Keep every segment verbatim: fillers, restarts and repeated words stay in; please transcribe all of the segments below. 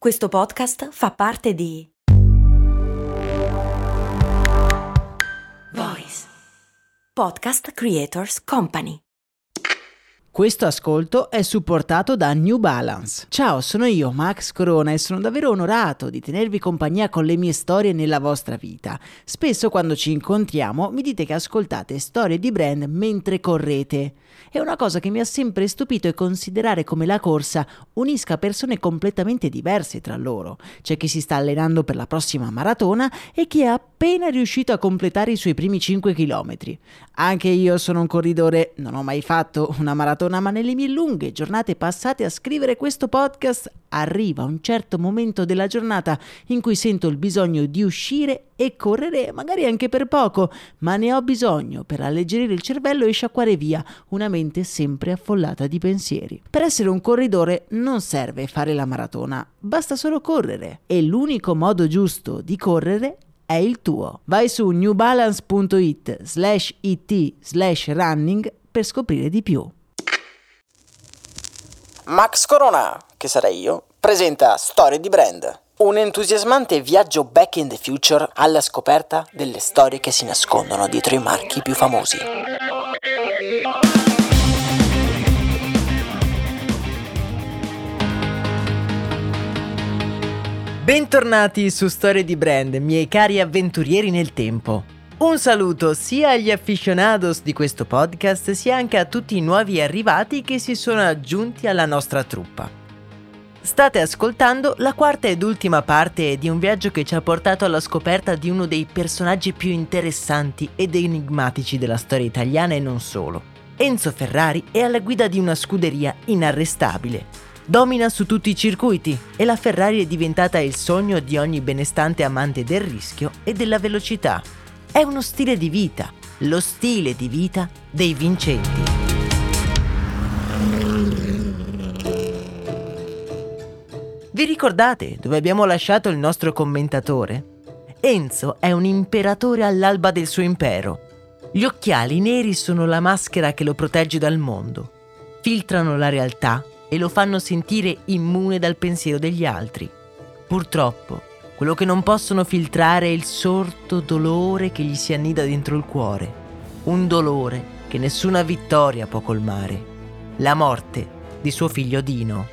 Questo podcast fa parte di Voice Podcast Creators Company. Questo ascolto è supportato da New Balance. Ciao, sono io, Max Corona, e sono davvero onorato di tenervi compagnia con le mie storie nella vostra vita. Spesso quando ci incontriamo mi dite che ascoltate storie di brand mentre correte. E una cosa che mi ha sempre stupito è considerare come la corsa unisca persone completamente diverse tra loro. C'è chi si sta allenando per la prossima maratona e chi è appena riuscito a completare i suoi primi cinque chilometri. Anche io sono un corridore, non ho mai fatto una maratona, ma nelle mie lunghe giornate passate a scrivere questo podcast arriva un certo momento della giornata in cui sento il bisogno di uscire e correre, magari anche per poco, ma ne ho bisogno per alleggerire il cervello e sciacquare via una mente sempre affollata di pensieri. Per essere un corridore non serve fare la maratona, basta solo correre, e l'unico modo giusto di correre è il tuo. Vai su newbalance.it slash it slash running per scoprire di più. Max Corona, che sarei io, presenta Storie di Brand, un entusiasmante viaggio back in the future alla scoperta delle storie che si nascondono dietro i marchi più famosi. Bentornati su Storie di Brand, miei cari avventurieri nel tempo. Un saluto sia agli aficionados di questo podcast sia anche a tutti i nuovi arrivati che si sono aggiunti alla nostra truppa. State ascoltando la quarta ed ultima parte di un viaggio che ci ha portato alla scoperta di uno dei personaggi più interessanti ed enigmatici della storia italiana e non solo. Enzo Ferrari è alla guida di una scuderia inarrestabile. Domina su tutti i circuiti e la Ferrari è diventata il sogno di ogni benestante amante del rischio e della velocità. È uno stile di vita, lo stile di vita dei vincenti. Vi ricordate dove abbiamo lasciato il nostro commentatore? Enzo è un imperatore all'alba del suo impero. Gli occhiali neri sono la maschera che lo protegge dal mondo. Filtrano la realtà e lo fanno sentire immune dal pensiero degli altri. Purtroppo, quello che non possono filtrare è il sordo dolore che gli si annida dentro il cuore. Un dolore che nessuna vittoria può colmare. La morte di suo figlio Dino.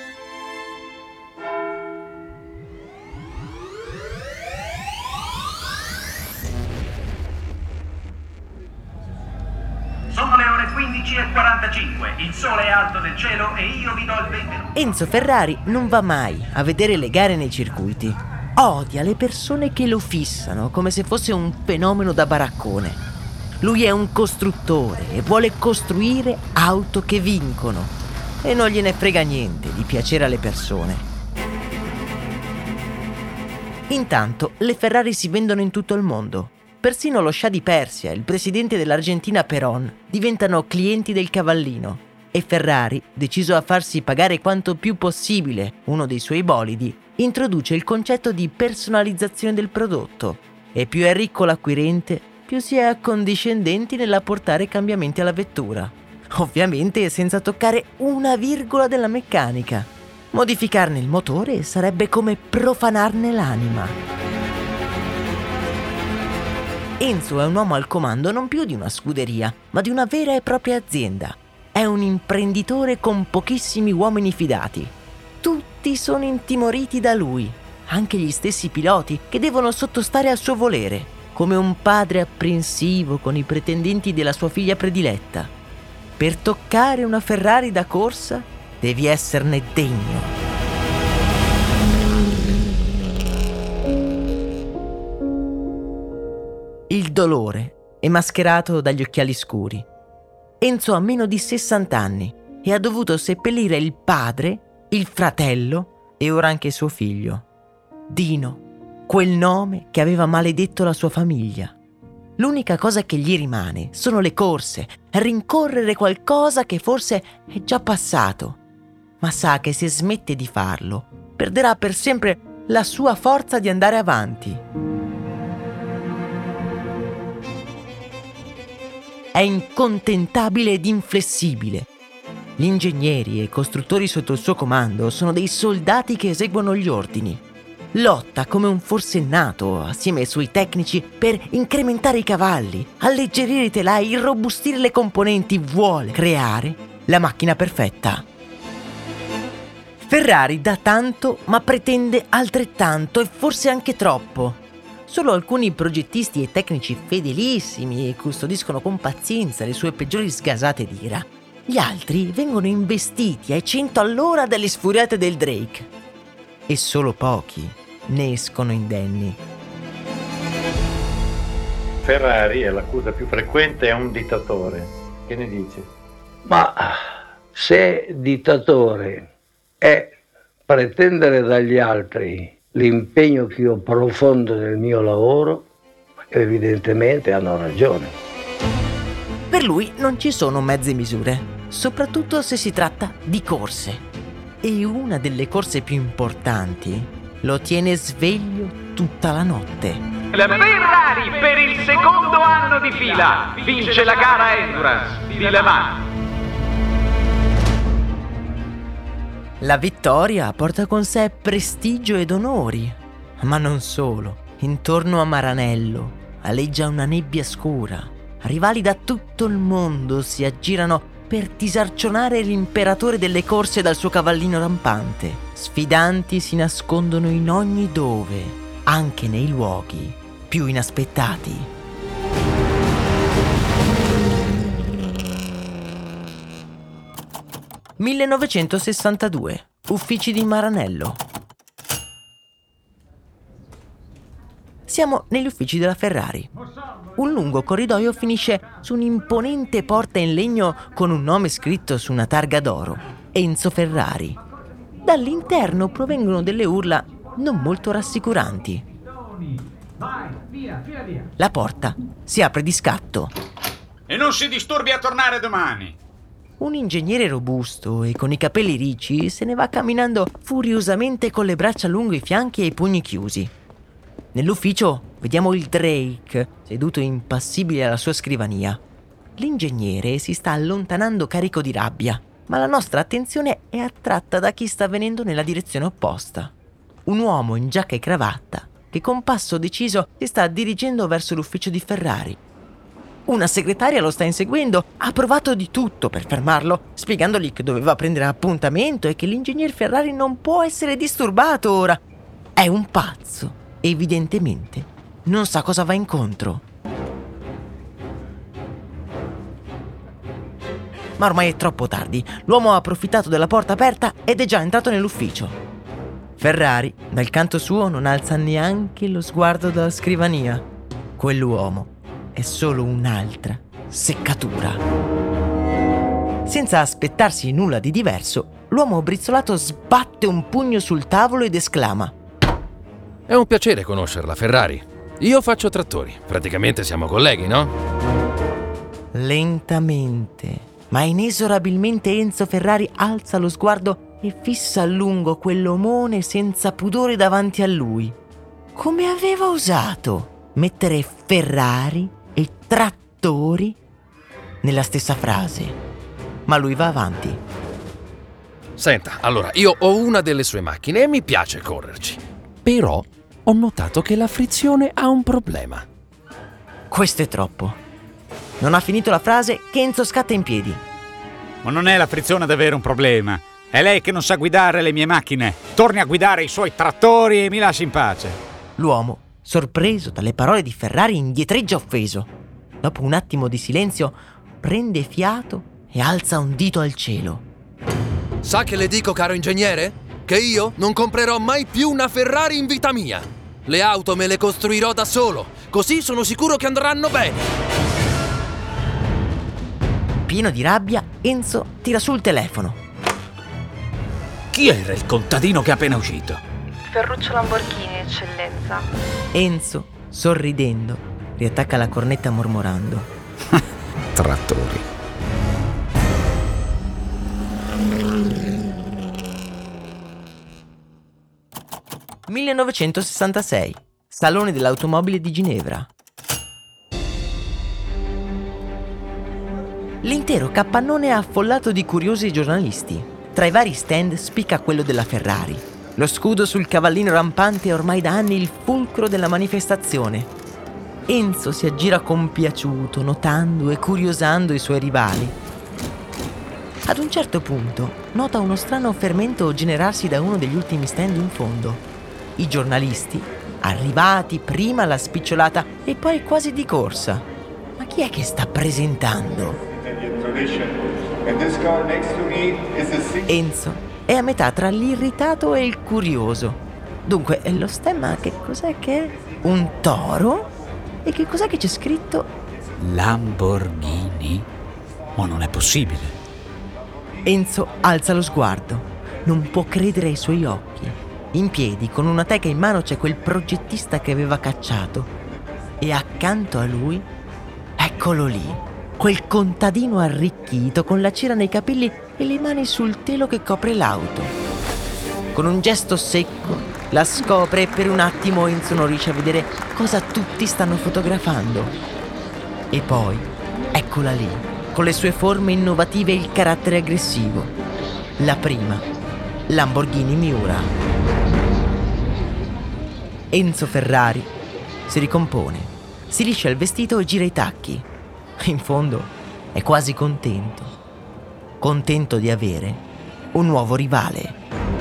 Sono le ore quindici e quarantacinque, il sole è alto nel cielo e io vi do il benvenuto. Enzo Ferrari non va mai a vedere le gare nei circuiti. Odia le persone che lo fissano come se fosse un fenomeno da baraccone. Lui è un costruttore e vuole costruire auto che vincono. E non gliene frega niente di piacere alle persone. Intanto le Ferrari si vendono in tutto il mondo. Persino lo scià di Persia e il presidente dell'Argentina Perón diventano clienti del cavallino. E Ferrari, deciso a farsi pagare quanto più possibile uno dei suoi bolidi, introduce il concetto di personalizzazione del prodotto. E più è ricco l'acquirente, più si è accondiscendenti nell'apportare cambiamenti alla vettura. Ovviamente senza toccare una virgola della meccanica. Modificarne il motore sarebbe come profanarne l'anima. Enzo è un uomo al comando non più di una scuderia, ma di una vera e propria azienda. È un imprenditore con pochissimi uomini fidati. Tutti sono intimoriti da lui, anche gli stessi piloti che devono sottostare al suo volere, come un padre apprensivo con i pretendenti della sua figlia prediletta. Per toccare una Ferrari da corsa, devi esserne degno. Il dolore è mascherato dagli occhiali scuri. Enzo ha meno di sessanta anni e ha dovuto seppellire il padre, il fratello e ora anche suo figlio. Dino, quel nome che aveva maledetto la sua famiglia. L'unica cosa che gli rimane sono le corse, rincorrere qualcosa che forse è già passato. Ma sa che se smette di farlo, perderà per sempre la sua forza di andare avanti. È incontentabile ed inflessibile. Gli ingegneri e costruttori sotto il suo comando sono dei soldati che eseguono gli ordini. Lotta come un forsennato assieme ai suoi tecnici per incrementare i cavalli, alleggerire i telai, irrobustire le componenti, vuole creare la macchina perfetta. Ferrari dà tanto, ma pretende altrettanto e forse anche troppo. Solo alcuni progettisti e tecnici fedelissimi custodiscono con pazienza le sue peggiori sgasate d'ira. Gli altri vengono investiti ai cento all'ora dalle sfuriate del Drake. E solo pochi ne escono indenni. Ferrari è l'accusa più frequente, è un dittatore. Che ne dici? Ma se dittatore è pretendere dagli altri l'impegno più profondo del mio lavoro, evidentemente hanno ragione. Per lui non ci sono mezze misure, soprattutto se si tratta di corse. E una delle corse più importanti lo tiene sveglio tutta la notte. La Ferrari per il secondo anno di fila vince la gara Endurance di Le Mans. La vittoria porta con sé prestigio ed onori, ma non solo. Intorno a Maranello aleggia una nebbia scura. Rivali da tutto il mondo si aggirano per disarcionare l'imperatore delle corse dal suo cavallino rampante. Sfidanti si nascondono in ogni dove, anche nei luoghi più inaspettati. millenovecentosessantadue, uffici di Maranello. Siamo negli uffici della Ferrari. Un lungo corridoio finisce su un'imponente porta in legno con un nome scritto su una targa d'oro: Enzo Ferrari. Dall'interno provengono delle urla non molto rassicuranti. La porta si apre di scatto. E non si disturbi a tornare domani. Un ingegnere robusto e con i capelli ricci se ne va camminando furiosamente con le braccia lungo i fianchi e i pugni chiusi. Nell'ufficio vediamo il Drake seduto impassibile alla sua scrivania. L'ingegnere si sta allontanando carico di rabbia, ma la nostra attenzione è attratta da chi sta venendo nella direzione opposta. Un uomo in giacca e cravatta che con passo deciso si sta dirigendo verso l'ufficio di Ferrari. Una segretaria lo sta inseguendo, ha provato di tutto per fermarlo, spiegandogli che doveva prendere appuntamento e che l'ingegner Ferrari non può essere disturbato ora. È un pazzo, evidentemente non sa cosa va incontro. Ma ormai è troppo tardi, l'uomo ha approfittato della porta aperta ed è già entrato nell'ufficio. Ferrari, dal canto suo, non alza neanche lo sguardo dalla scrivania. Quell'uomo è solo un'altra seccatura. Senza aspettarsi nulla di diverso, l'uomo brizzolato sbatte un pugno sul tavolo ed esclama: È un piacere conoscerla, Ferrari. Io faccio trattori, praticamente siamo colleghi, no? Lentamente, ma inesorabilmente Enzo Ferrari alza lo sguardo e fissa a lungo quell'omone senza pudore davanti a lui. Come aveva osato mettere Ferrari e trattori nella stessa frase? Ma lui va avanti. Senta, allora, io ho una delle sue macchine e mi piace correrci. Però ho notato che la frizione ha un problema. Questo è troppo. Non ha finito la frase che Enzo scatta in piedi. Ma non è la frizione ad avere un problema. È lei che non sa guidare le mie macchine. Torni a guidare i suoi trattori e mi lasci in pace. L'uomo, sorpreso dalle parole di Ferrari, indietreggia offeso. Dopo un attimo di silenzio, prende fiato e alza un dito al cielo. Sa che le dico, caro ingegnere? Che io non comprerò mai più una Ferrari in vita mia. Le auto me le costruirò da solo, così sono sicuro che andranno bene. Pieno di rabbia, Enzo tira sul telefono. Chi era il contadino che è appena uscito? Ferruccio Lamborghini, eccellenza. Enzo, sorridendo, riattacca la cornetta mormorando: Trattori. millenovecentosessantasei, Salone dell'automobile di Ginevra. L'intero capannone è affollato di curiosi giornalisti. Tra i vari stand spicca quello della Ferrari. Lo scudo sul cavallino rampante è ormai da anni il fulcro della manifestazione. Enzo si aggira compiaciuto, notando e curiosando i suoi rivali. Ad un certo punto nota uno strano fermento generarsi da uno degli ultimi stand in fondo. I giornalisti, arrivati prima alla spicciolata e poi quasi di corsa. Ma chi è che sta presentando? Enzo è a metà tra l'irritato e il curioso. Dunque, lo stemma che cos'è che è? Un toro? E che cos'è che c'è scritto? Lamborghini? Oh, non è possibile. Enzo alza lo sguardo. Non può credere ai suoi occhi. In piedi, con una teca in mano, c'è quel progettista che aveva cacciato. E accanto a lui, eccolo lì, quel contadino arricchito con la cera nei capelli e le mani sul telo che copre l'auto. Con un gesto secco la scopre e per un attimo Enzo non riesce a vedere cosa tutti stanno fotografando. E poi, eccola lì, con le sue forme innovative e il carattere aggressivo. La prima, Lamborghini Miura. Enzo Ferrari si ricompone, si liscia il vestito e gira i tacchi. In fondo è quasi contento. Contento di avere un nuovo rivale.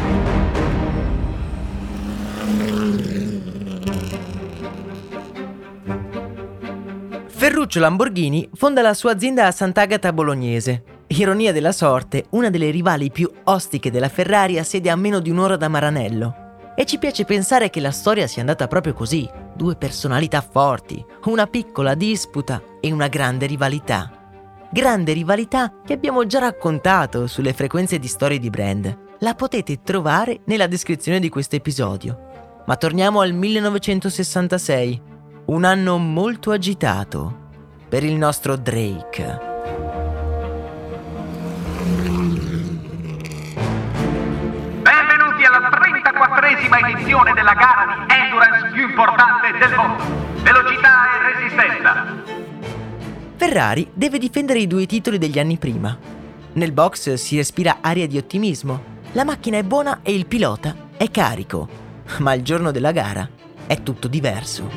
Ferruccio Lamborghini fonda la sua azienda a Sant'Agata Bolognese. Ironia della sorte, una delle rivali più ostiche della Ferrari ha sede a meno di un'ora da Maranello. E ci piace pensare che la storia sia andata proprio così. Due personalità forti, una piccola disputa e una grande rivalità. Grande rivalità che abbiamo già raccontato sulle frequenze di Storie di Brand. La potete trovare nella descrizione di questo episodio. Ma torniamo al millenovecentosessantasei, un anno molto agitato per il nostro Drake. Benvenuti alla trentaquattresima edizione della gara di endurance più importante del mondo. Velocità e resistenza. Ferrari deve difendere i due titoli degli anni prima. Nel box si respira aria di ottimismo. La macchina è buona e il pilota è carico. Ma il giorno della gara è tutto diverso.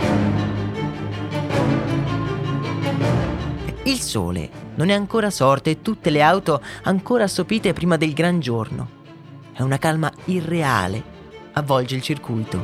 Il sole non è ancora sorto e tutte le auto ancora assopite prima del gran giorno. È una calma irreale avvolge il circuito.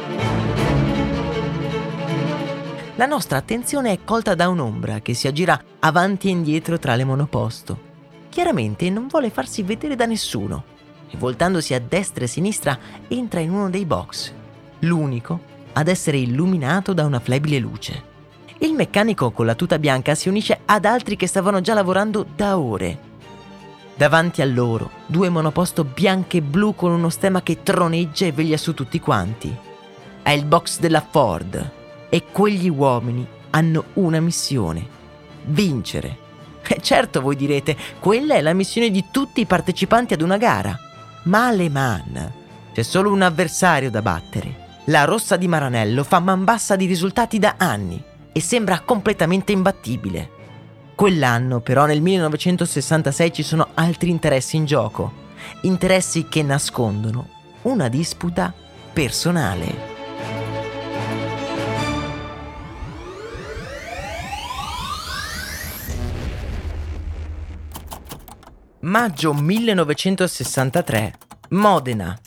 La nostra attenzione è colta da un'ombra che si aggira avanti e indietro tra le monoposto. Chiaramente non vuole farsi vedere da nessuno e voltandosi a destra e a sinistra entra in uno dei box, l'unico ad essere illuminato da una flebile luce. Il meccanico con la tuta bianca si unisce ad altri che stavano già lavorando da ore. Davanti a loro, due monoposto bianche e blu con uno stemma che troneggia e veglia su tutti quanti. È il box della Ford e quegli uomini hanno una missione: vincere. E certo, voi direte, quella è la missione di tutti i partecipanti ad una gara. Ma a Le Mans c'è solo un avversario da battere. La rossa di Maranello fa man bassa di risultati da anni e sembra completamente imbattibile. Quell'anno, però, nel millenovecentosessantasei ci sono altri interessi in gioco. Interessi che nascondono una disputa personale. Maggio millenovecentosessantatré, Modena.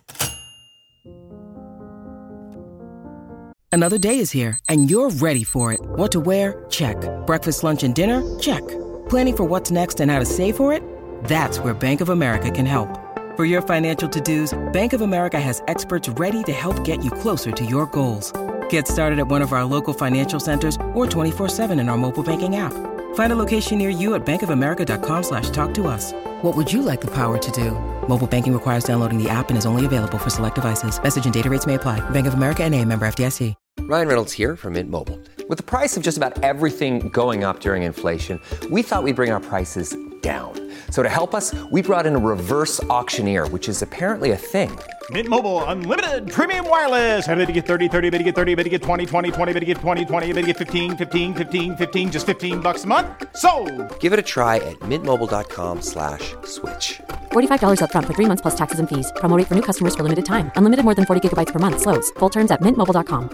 Another day is here, and you're ready for it. What to wear? Check. Breakfast, lunch, and dinner? Check. Planning for what's next and how to save for it? That's where Bank of America can help. For your financial to-dos, Bank of America has experts ready to help get you closer to your goals. Get started at one of our local financial centers or twenty-four seven in our mobile banking app. Find a location near you at bankofamerica.com slash talk to us. What would you like the power to do? Mobile banking requires downloading the app and is only available for select devices. Message and data rates may apply. Bank of America N A, member F D I C. Ryan Reynolds here from Mint Mobile. With the price of just about everything going up during inflation, we thought we'd bring our prices down. So to help us, we brought in a reverse auctioneer, which is apparently a thing. Mint Mobile Unlimited Premium Wireless. How to get thirty, thirty, how to get thirty, how to get twenty, twenty, twenty, how to get twenty, twenty, how to get fifteen, fifteen, fifteen, fifteen, just fifteen bucks a month? Sold! Give it a try at mintmobile.com slash switch. forty-five dollars up front for three months plus taxes and fees. Promo rate for new customers for limited time. Unlimited more than forty gigabytes per month. Slows full terms at mint mobile dot com.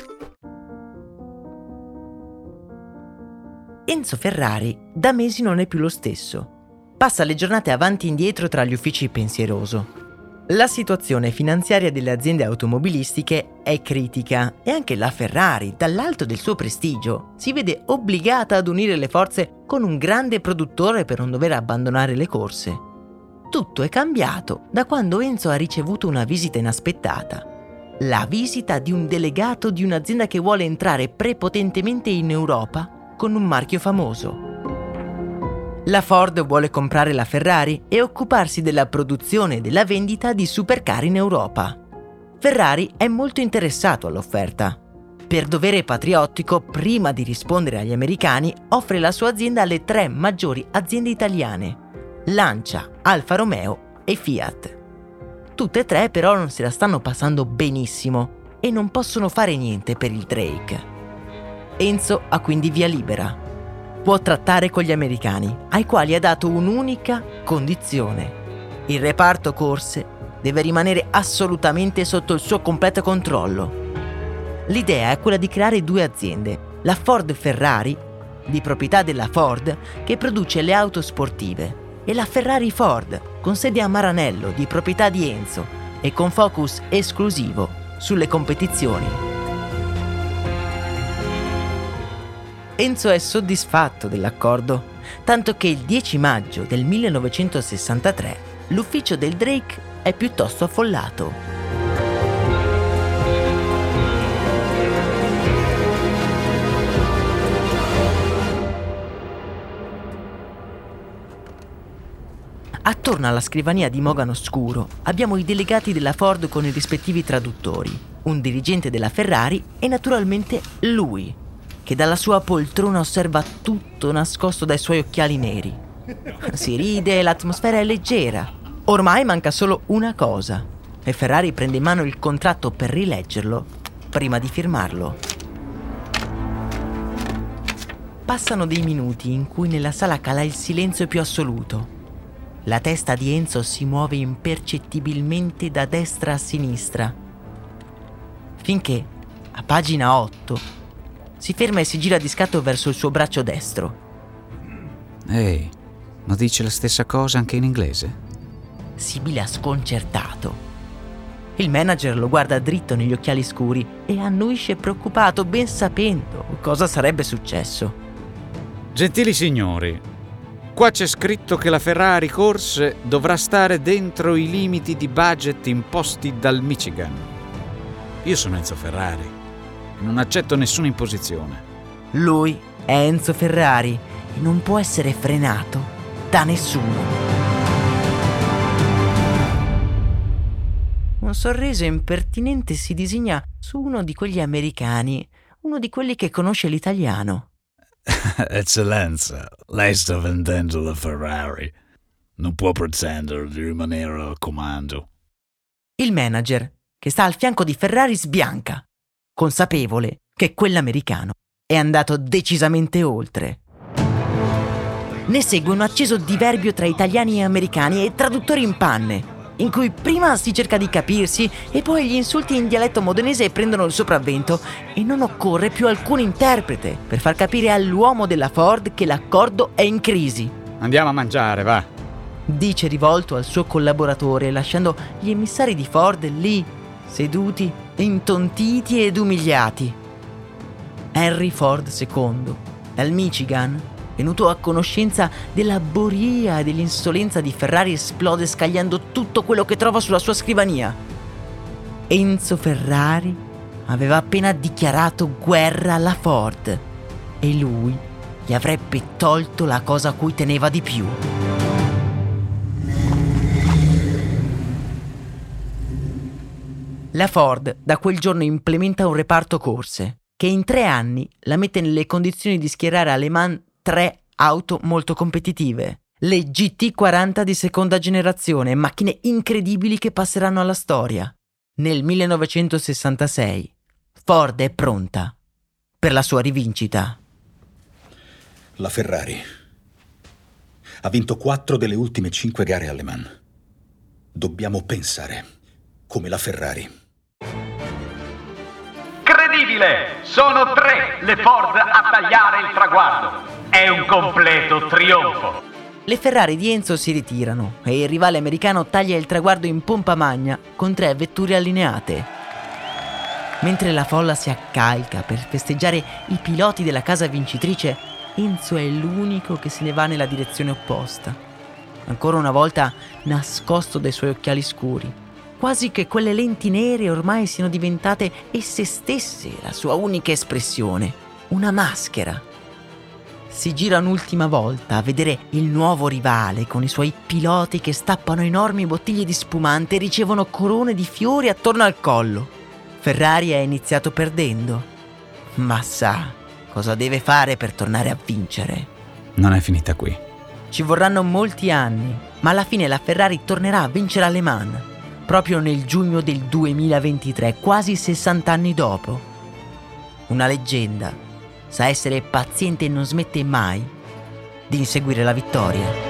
Enzo Ferrari da mesi non è più lo stesso. Passa le giornate avanti e indietro tra gli uffici pensieroso. La situazione finanziaria delle aziende automobilistiche è critica e anche la Ferrari, dall'alto del suo prestigio, si vede obbligata ad unire le forze con un grande produttore per non dover abbandonare le corse. Tutto è cambiato da quando Enzo ha ricevuto una visita inaspettata. La visita di un delegato di un'azienda che vuole entrare prepotentemente in Europa con un marchio famoso. La Ford vuole comprare la Ferrari e occuparsi della produzione e della vendita di supercar in Europa. Ferrari è molto interessato all'offerta. Per dovere patriottico, prima di rispondere agli americani, offre la sua azienda alle tre maggiori aziende italiane: Lancia, Alfa Romeo e Fiat. Tutte e tre però non se la stanno passando benissimo e non possono fare niente per il Drake. Enzo ha quindi via libera. Può trattare con gli americani, ai quali ha dato un'unica condizione: il reparto corse deve rimanere assolutamente sotto il suo completo controllo. L'idea è quella di creare due aziende: la Ford Ferrari, di proprietà della Ford, che produce le auto sportive, e la Ferrari Ford, con sede a Maranello, di proprietà di Enzo e con focus esclusivo sulle competizioni. Enzo è soddisfatto dell'accordo, tanto che il dieci maggio del millenovecentosessantatré l'ufficio del Drake è piuttosto affollato. Attorno alla scrivania di Mogano Scuro abbiamo i delegati della Ford con i rispettivi traduttori, un dirigente della Ferrari e naturalmente lui, che dalla sua poltrona osserva tutto nascosto dai suoi occhiali neri. Si ride e l'atmosfera è leggera. Ormai manca solo una cosa e Ferrari prende in mano il contratto per rileggerlo prima di firmarlo. Passano dei minuti in cui nella sala cala il silenzio più assoluto. La testa di Enzo si muove impercettibilmente da destra a sinistra, finché, a pagina otto, si ferma e si gira di scatto verso il suo braccio destro. Ehi, ma dice la stessa cosa anche in inglese? Sibila sconcertato. Il manager lo guarda dritto negli occhiali scuri e annuisce preoccupato, ben sapendo cosa sarebbe successo. Gentili signori, qua c'è scritto che la Ferrari Corse dovrà stare dentro i limiti di budget imposti dal Michigan. Io sono Enzo Ferrari. Non accetto nessuna imposizione. Lui è Enzo Ferrari e non può essere frenato da nessuno. Un sorriso impertinente si disegna su uno di quegli americani, uno di quelli che conosce l'italiano. Eccellenza, lei sta vendendo la Ferrari. Non può pretendere di rimanere al comando. Il manager, che sta al fianco di Ferrari, sbianca, consapevole che quell'americano è andato decisamente oltre. Ne segue un acceso diverbio tra italiani e americani e traduttori in panne, in cui prima si cerca di capirsi e poi gli insulti in dialetto modenese prendono il sopravvento e non occorre più alcun interprete per far capire all'uomo della Ford che l'accordo è in crisi. Andiamo a mangiare, va, dice rivolto al suo collaboratore, lasciando gli emissari di Ford lì, seduti, intontiti ed umiliati. Henry Ford secondo, dal Michigan, venuto a conoscenza della boria e dell'insolenza di Ferrari, esplode scagliando tutto quello che trova sulla sua scrivania. Enzo Ferrari aveva appena dichiarato guerra alla Ford e lui gli avrebbe tolto la cosa a cui teneva di più. La Ford da quel giorno implementa un reparto corse che in tre anni la mette nelle condizioni di schierare a Le Mans tre auto molto competitive: Le G T quaranta di seconda generazione, macchine incredibili che passeranno alla storia. Nel millenovecentosessantasei Ford è pronta per la sua rivincita. La Ferrari ha vinto quattro delle ultime cinque gare alle Mans. Dobbiamo pensare come la Ferrari. Credibile! Sono tre le Ford a tagliare il traguardo. È un completo trionfo. Le Ferrari di Enzo si ritirano e il rivale americano taglia il traguardo in pompa magna con tre vetture allineate. Mentre la folla si accalca per festeggiare i piloti della casa vincitrice, Enzo è l'unico che se ne va nella direzione opposta, ancora una volta nascosto dai suoi occhiali scuri, quasi che quelle lenti nere ormai siano diventate esse stesse la sua unica espressione, una maschera. Si gira un'ultima volta a vedere il nuovo rivale con i suoi piloti che stappano enormi bottiglie di spumante e ricevono corone di fiori attorno al collo. Ferrari ha iniziato perdendo, ma sa cosa deve fare per tornare a vincere. Non è finita qui. Ci vorranno molti anni, ma alla fine la Ferrari tornerà a vincere alle Mans, proprio nel giugno del duemilaventitré, quasi sessanta anni dopo. Una leggenda. Sa essere paziente e non smette mai di inseguire la vittoria.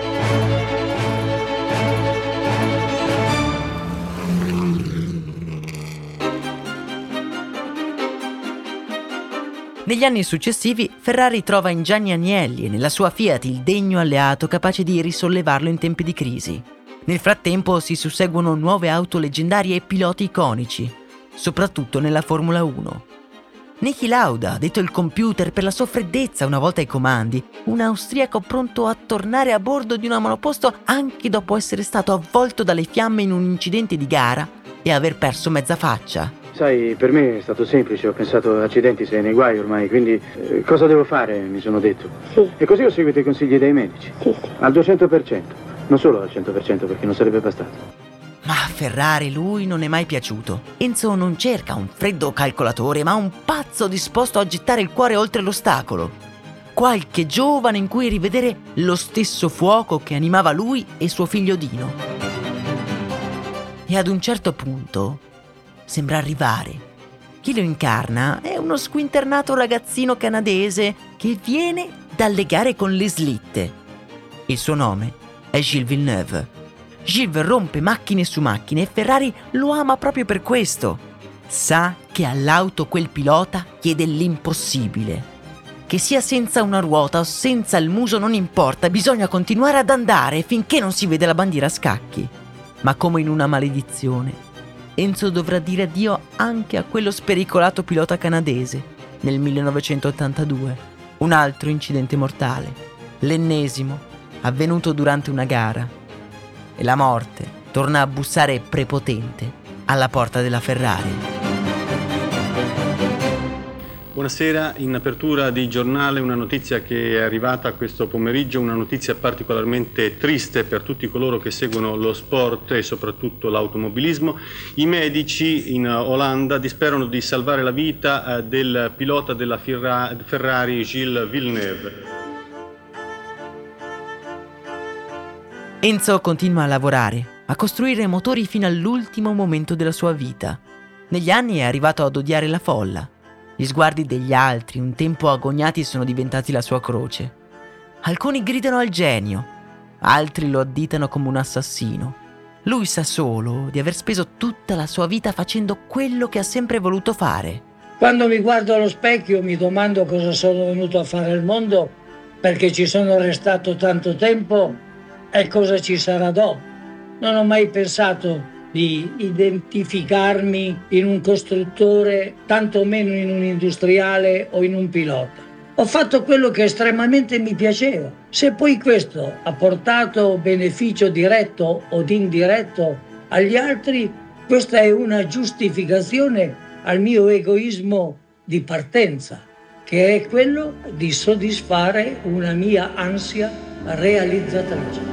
Negli anni successivi Ferrari trova in Gianni Agnelli e nella sua Fiat il degno alleato capace di risollevarlo in tempi di crisi. Nel frattempo si susseguono nuove auto leggendarie e piloti iconici, soprattutto nella Formula uno. Niki Lauda, detto il computer per la sua freddezza una volta ai comandi, un austriaco pronto a tornare a bordo di una monoposto anche dopo essere stato avvolto dalle fiamme in un incidente di gara e aver perso mezza faccia. Sai, per me è stato semplice, ho pensato accidenti sei nei guai ormai, quindi eh, cosa devo fare, mi sono detto. Sì. E così ho seguito i consigli dei medici. Sì, sì. Al duecento per cento, non solo al cento per cento perché non sarebbe bastato. Ma a Ferrari lui non è mai piaciuto. Enzo non cerca un freddo calcolatore, ma un pazzo disposto a gettare il cuore oltre l'ostacolo. Qualche giovane in cui rivedere lo stesso fuoco che animava lui e suo figlio Dino. E ad un certo punto sembra arrivare. Chi lo incarna è uno squinternato ragazzino canadese che viene dalle gare con le slitte. Il suo nome è Gilles Villeneuve. Gilles rompe macchine su macchine e Ferrari lo ama proprio per questo. Sa che all'auto quel pilota chiede l'impossibile. Che sia senza una ruota o senza il muso non importa, bisogna continuare ad andare finché non si vede la bandiera a scacchi. Ma come in una maledizione, Enzo dovrà dire addio anche a quello spericolato pilota canadese nel millenovecentottantadue. Un altro incidente mortale, l'ennesimo, avvenuto durante una gara. E la morte torna a bussare prepotente alla porta della Ferrari. Buonasera, in apertura di giornale una notizia che è arrivata questo pomeriggio, una notizia particolarmente triste per tutti coloro che seguono lo sport e soprattutto l'automobilismo. I medici in Olanda disperano di salvare la vita del pilota della Ferrari Gilles Villeneuve. Enzo continua a lavorare, a costruire motori fino all'ultimo momento della sua vita. Negli anni è arrivato ad odiare la folla. Gli sguardi degli altri, un tempo agognati, sono diventati la sua croce. Alcuni gridano al genio, altri lo additano come un assassino. Lui sa solo di aver speso tutta la sua vita facendo quello che ha sempre voluto fare. Quando mi guardo allo specchio mi domando cosa sono venuto a fare al mondo, perché ci sono restato tanto tempo e cosa ci sarà dopo. Non ho mai pensato di identificarmi in un costruttore, tantomeno in un industriale o in un pilota. Ho fatto quello che estremamente mi piaceva. Se poi questo ha portato beneficio diretto o indiretto agli altri, questa è una giustificazione al mio egoismo di partenza, che è quello di soddisfare una mia ansia realizzatrice.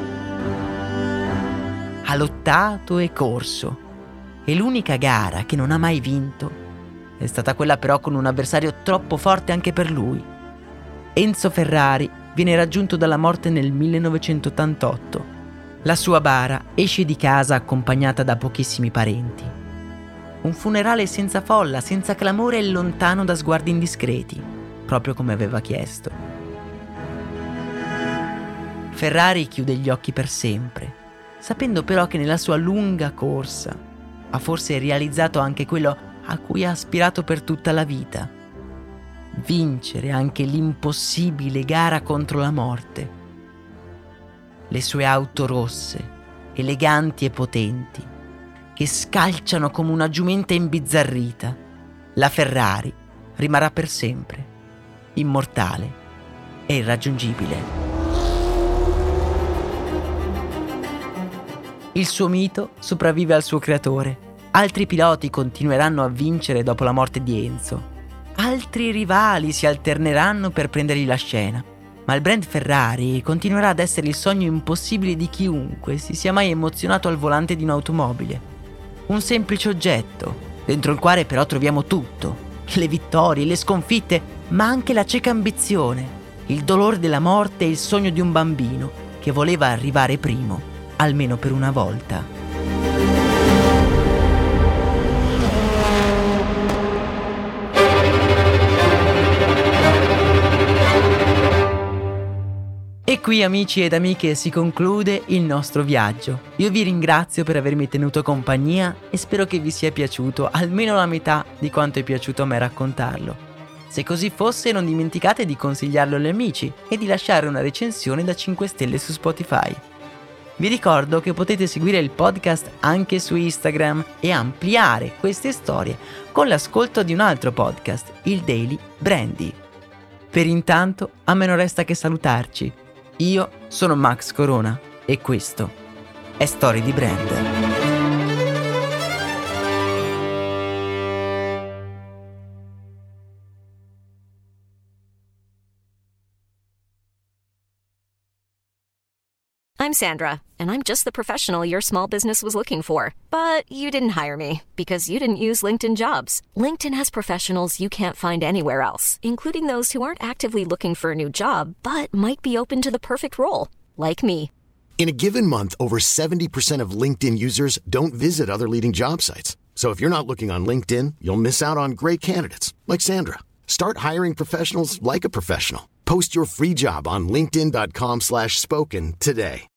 Ha lottato e corso e l'unica gara che non ha mai vinto è stata quella però con un avversario troppo forte anche per lui. Enzo Ferrari viene raggiunto dalla morte nel millenovecentottantotto. La sua bara esce di casa accompagnata da pochissimi parenti. Un funerale senza folla, senza clamore e lontano da sguardi indiscreti, proprio come aveva chiesto. Ferrari chiude gli occhi per sempre, sapendo però che nella sua lunga corsa ha forse realizzato anche quello a cui ha aspirato per tutta la vita: vincere anche l'impossibile gara contro la morte. Le sue auto rosse, eleganti e potenti, che scalciano come una giumenta imbizzarrita, la Ferrari rimarrà per sempre immortale e irraggiungibile. Il suo mito sopravvive al suo creatore. Altri piloti continueranno a vincere dopo la morte di Enzo. Altri rivali si alterneranno per prendergli la scena. Ma il brand Ferrari continuerà ad essere il sogno impossibile di chiunque si sia mai emozionato al volante di un'automobile. Un semplice oggetto, dentro il quale però troviamo tutto: le vittorie, le sconfitte, ma anche la cieca ambizione, il dolore della morte e il sogno di un bambino che voleva arrivare primo, almeno per una volta. E qui, amici ed amiche, si conclude il nostro viaggio. Io vi ringrazio per avermi tenuto compagnia e spero che vi sia piaciuto almeno la metà di quanto è piaciuto a me raccontarlo. Se così fosse, non dimenticate di consigliarlo agli amici e di lasciare una recensione da cinque stelle su Spotify. Vi ricordo che potete seguire il podcast anche su Instagram e ampliare queste storie con l'ascolto di un altro podcast, il Daily Brandy. Per intanto, a me non resta che salutarci. Io sono Max Corona e questo è Storie di Brand. I'm Sandra, and I'm just the professional your small business was looking for. But you didn't hire me because you didn't use LinkedIn Jobs. LinkedIn has professionals you can't find anywhere else, including those who aren't actively looking for a new job, but might be open to the perfect role, like me. In a given month, over seventy percent of LinkedIn users don't visit other leading job sites. So if you're not looking on LinkedIn, you'll miss out on great candidates like Sandra. Start hiring professionals like a professional. Post your free job on linkedin dot com slash spoken today.